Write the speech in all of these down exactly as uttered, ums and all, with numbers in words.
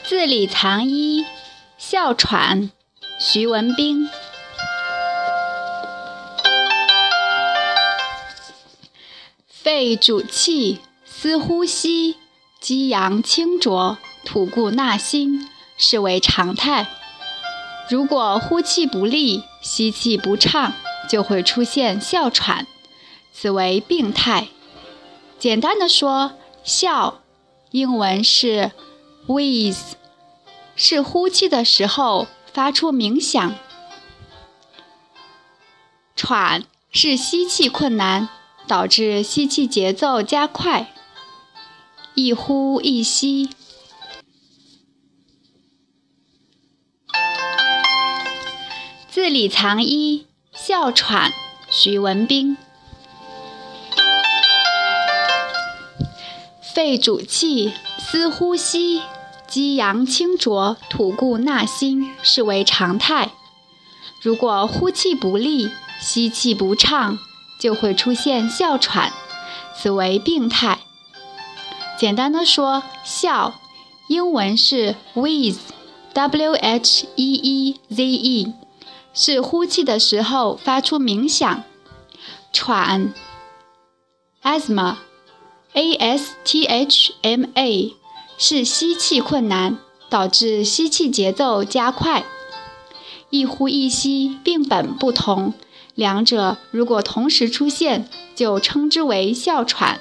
字里藏医，哮喘，徐文兵。肺主气，司呼吸，激扬清浊，吐故纳新，是为常态。如果呼气不利，吸气不畅，就会出现哮喘，此为病态。简单的说，哮英文是 wheeze， 是呼气的时候发出鸣响。喘是吸气困难，导致吸气节奏加快，一呼一吸。字里藏医，哮喘，徐文兵。肺主气，司呼吸，激扬清浊，吐故纳新，是为常态。如果呼气不利，吸气不畅，就会出现哮喘，此为病态。简单的说，哮英文是 wheeze， W H E E Z E， 是呼气的时候发出鸣响。喘 asthma A S T H M A， 是吸气困难，导致吸气节奏加快。一呼一吸病本不同，两者如果同时出现，就称之为哮喘。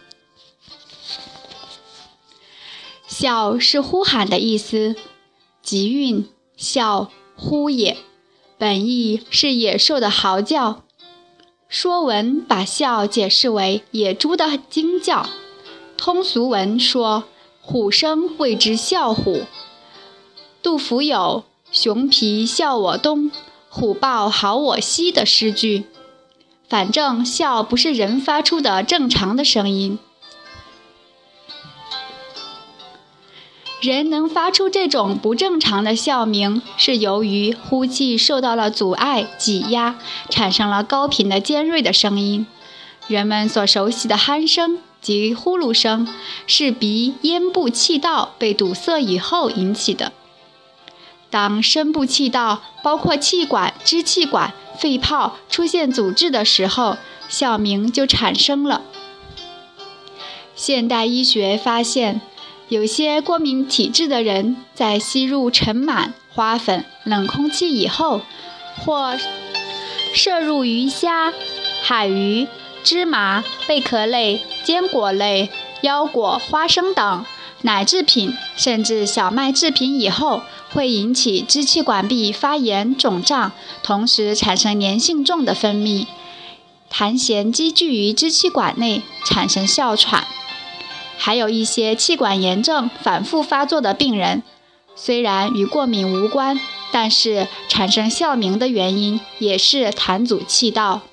哮是呼喊的意思，集韵哮呼也，本意是野兽的嚎叫。说文把哮解释为野猪的惊叫，通俗文说虎生谓之哮虎。杜甫有熊皮笑我东，虎豹嚎我西的诗句。反正哮不是人发出的正常的声音。人能发出这种不正常的哮鸣，是由于呼气受到了阻碍挤压，产生了高频的尖锐的声音。人们所熟悉的鼾声及呼噜声，是鼻咽部气道被堵塞以后引起的。当深部气道包括气管、支气管、肺泡出现阻滞的时候，哮鸣就产生了。现代医学发现，有些过敏体质的人在吸入尘螨、花粉、冷空气以后，或摄入鱼虾、海鱼、芝麻、贝壳类、坚果类、腰果、花生等奶制品，甚至小麦制品以后，会引起支气管壁发炎肿胀，同时产生粘性重的分泌，痰涎积聚于支气管内，产生哮喘。还有一些气管炎症反复发作的病人，虽然与过敏无关，但是产生哮鸣的原因也是痰阻气道。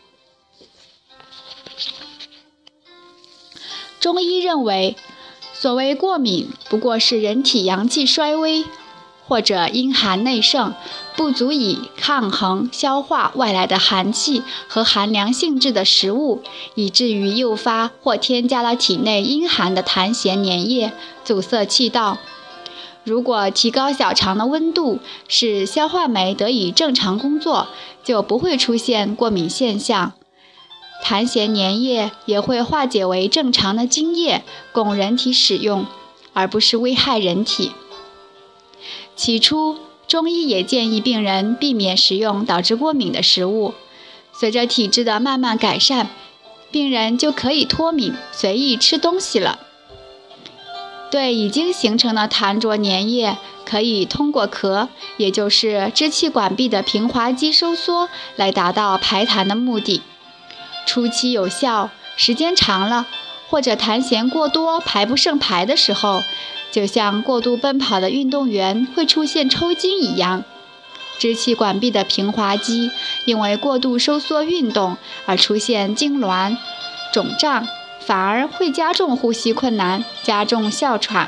中医认为，所谓过敏不过是人体阳气衰微，或者阴寒内盛，不足以抗衡消化外来的寒气和寒凉性质的食物，以至于诱发或添加了体内阴寒的痰涎粘液，阻塞气道。如果提高小肠的温度，使消化酶得以正常工作，就不会出现过敏现象。痰涎粘液也会化解为正常的津液，供人体使用，而不是危害人体。起初，中医也建议病人避免食用导致过敏的食物。随着体质的慢慢改善，病人就可以脱敏，随意吃东西了。对已经形成的痰浊粘液，可以通过咳，也就是支气管壁的平滑肌收缩，来达到排痰的目的。初期有效，时间长了，或者痰涎过多排不胜排的时候，就像过度奔跑的运动员会出现抽筋一样，支气管壁的平滑肌因为过度收缩运动而出现痉挛、肿胀，反而会加重呼吸困难，加重哮喘。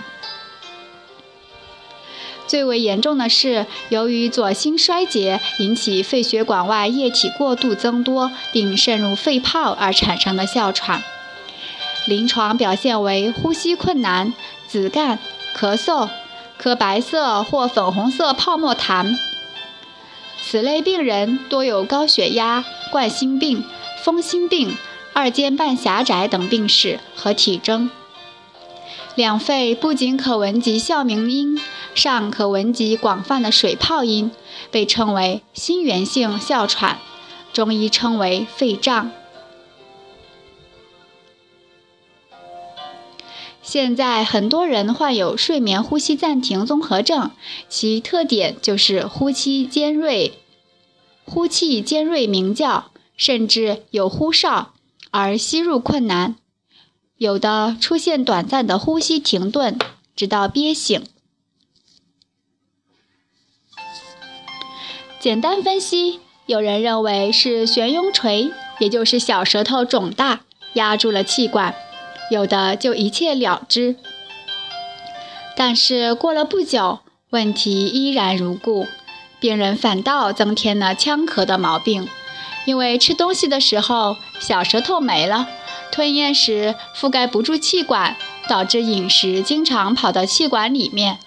最为严重的是，由于左心衰竭引起肺血管外液体过度增多，并渗入肺泡而产生的哮喘。临床表现为呼吸困难、紫疕、咳嗽、 颗白色或粉红色泡沫痰。此类病人多有高血压、冠心病、风心病、二尖瓣狭窄等病史和体征。两肺不仅可闻及哮鸣音，尚可闻及广泛的水泡音，被称为心源性哮喘，中医称为肺胀。现在很多人患有睡眠呼吸暂停综合症，其特点就是呼气尖锐、呼气尖锐鸣叫，甚至有呼哨，而吸入困难。有的出现短暂的呼吸停顿，直到憋醒。简单分析，有人认为是悬雍垂，也就是小舌头肿大，压住了气管。有的就一切了之，但是过了不久，问题依然如故，病人反倒增添了呛咳的毛病，因为吃东西的时候小舌头没了，吞咽时覆盖不住气管，导致饮食经常跑到气管里面。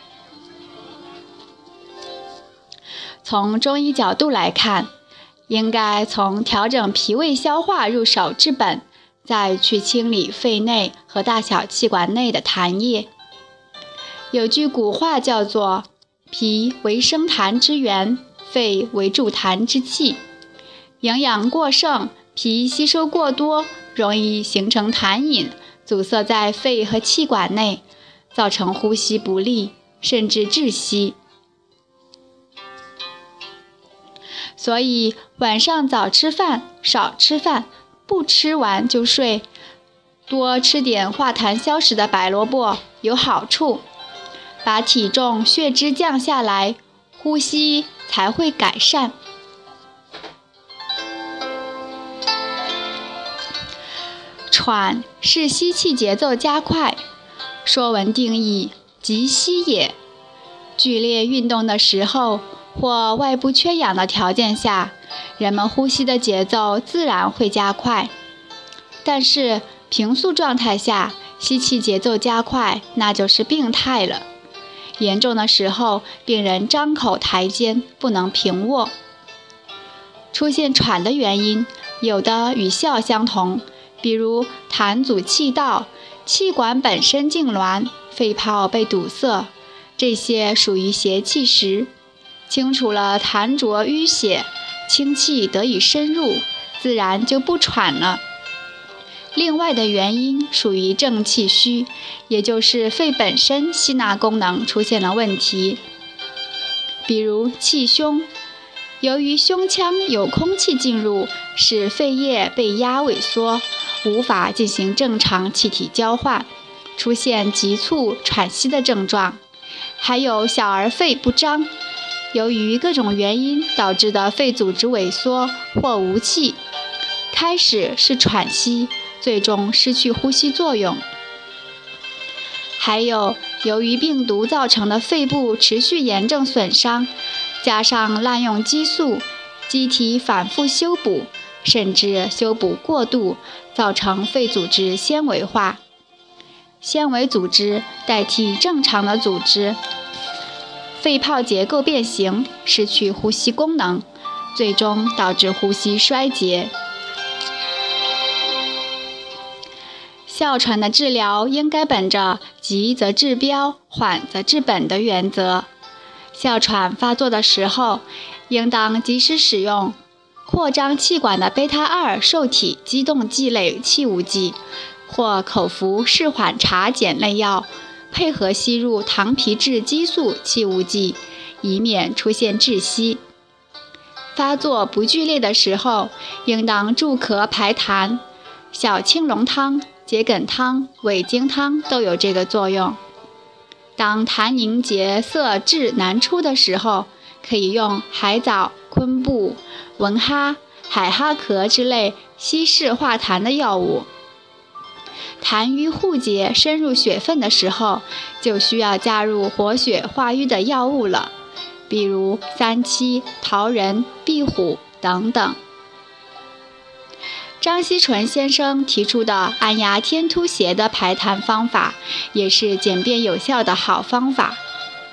从中医角度来看，应该从调整脾胃消化入手治本，再去清理肺内和大小气管内的痰液。有句古话叫做脾为生痰之源，肺为助痰之器。营养过剩，脾吸收过多，容易形成痰饮，阻塞在肺和气管内，造成呼吸不利，甚至窒息。所以晚上早吃饭，少吃饭，不吃完就睡，多吃点化痰消食的白萝卜有好处，把体重血脂降下来，呼吸才会改善。喘是吸气节奏加快，说文定义即息也。剧烈运动的时候或外部缺氧的条件下，人们呼吸的节奏自然会加快。但是平素状态下，吸气节奏加快，那就是病态了。严重的时候，病人张口抬肩，不能平卧。出现喘的原因，有的与哮相同，比如痰阻气道、气管本身痉挛、肺泡被堵塞，这些属于邪气实。清除了痰浊淤血，清气得以深入，自然就不喘了。另外的原因属于正气虚，也就是肺本身吸纳功能出现了问题。比如气胸，由于胸腔有空气进入，使肺叶被压萎缩，无法进行正常气体交换，出现急促喘息的症状。还有小儿肺不张，由于各种原因导致的肺组织萎缩或无气，开始是喘息，最终失去呼吸作用。还有由于病毒造成的肺部持续炎症损伤，加上滥用激素，机体反复修补，甚至修补过度，造成肺组织纤维化，纤维组织代替正常的组织，肺泡结构变形，失去呼吸功能，最终导致呼吸衰竭。哮喘的治疗应该本着急则治标，缓则治本的原则。哮喘发作的时候，应当及时使用扩张气管的贝塔二受体激动剂类气雾剂，或口服释缓茶碱类药，配合吸入糖皮质激素气雾剂，以免出现窒息。发作不剧烈的时候，应当助咳排痰，小青龙汤、桔梗汤、尾茎汤都有这个作用。当痰凝结涩滞难出的时候，可以用海藻、昆布、文哈、海哈壳之类稀释化痰的药物。痰瘀互结深入血分的时候，就需要加入活血化瘀的药物了，比如三七、桃仁、壁虎等等。张锡纯先生提出的按压天突穴的排痰方法，也是简便有效的好方法。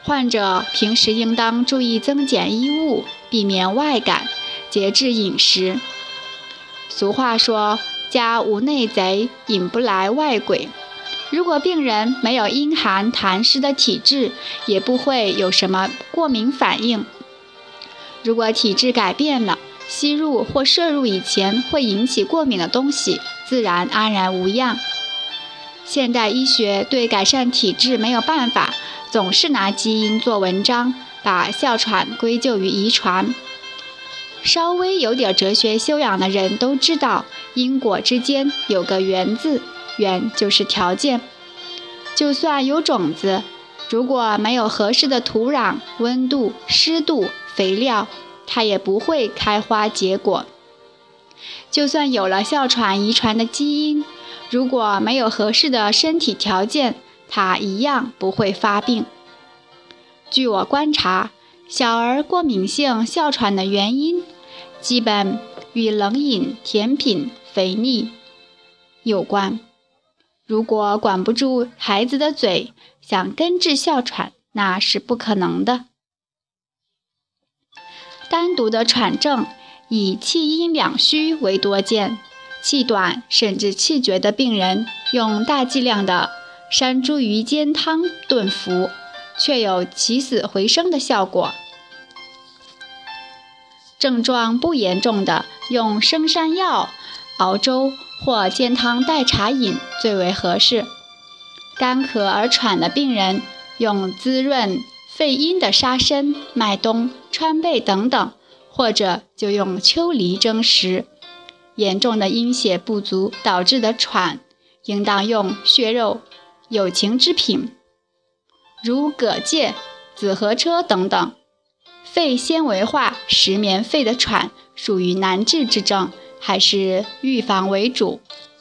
患者平时应当注意增减衣物，避免外感，节制饮食。俗话说，家无内贼，引不来外鬼。如果病人没有阴寒痰湿的体质，也不会有什么过敏反应。如果体质改变了，吸入或摄入以前会引起过敏的东西，自然安然无恙。现代医学对改善体质没有办法，总是拿基因做文章，把哮喘归咎于遗传。稍微有点哲学修养的人都知道，因果之间有个缘字，缘就是条件。就算有种子，如果没有合适的土壤、温度、湿度、肥料，它也不会开花结果。就算有了哮喘遗传的基因，如果没有合适的身体条件，它一样不会发病。据我观察，小儿过敏性哮喘的原因，基本与冷饮、甜品、肥腻有关。如果管不住孩子的嘴，想根治哮喘，那是不可能的。单独的喘症以气阴两虚为多见，气短甚至气绝的病人用大剂量的山茱萸煎汤炖服，却有起死回生的效果。症状不严重的，用生山药熬粥或煎汤代茶饮最为合适。干咳而喘的病人，用滋润肺阴的沙参、麦冬、川贝等等，或者就用秋梨蒸食。严重的阴血不足导致的喘，应当用血肉有情之品，如蛤蚧、紫河车等等。肺纤维化、石棉肺的喘属于难治之症，还是预防为主。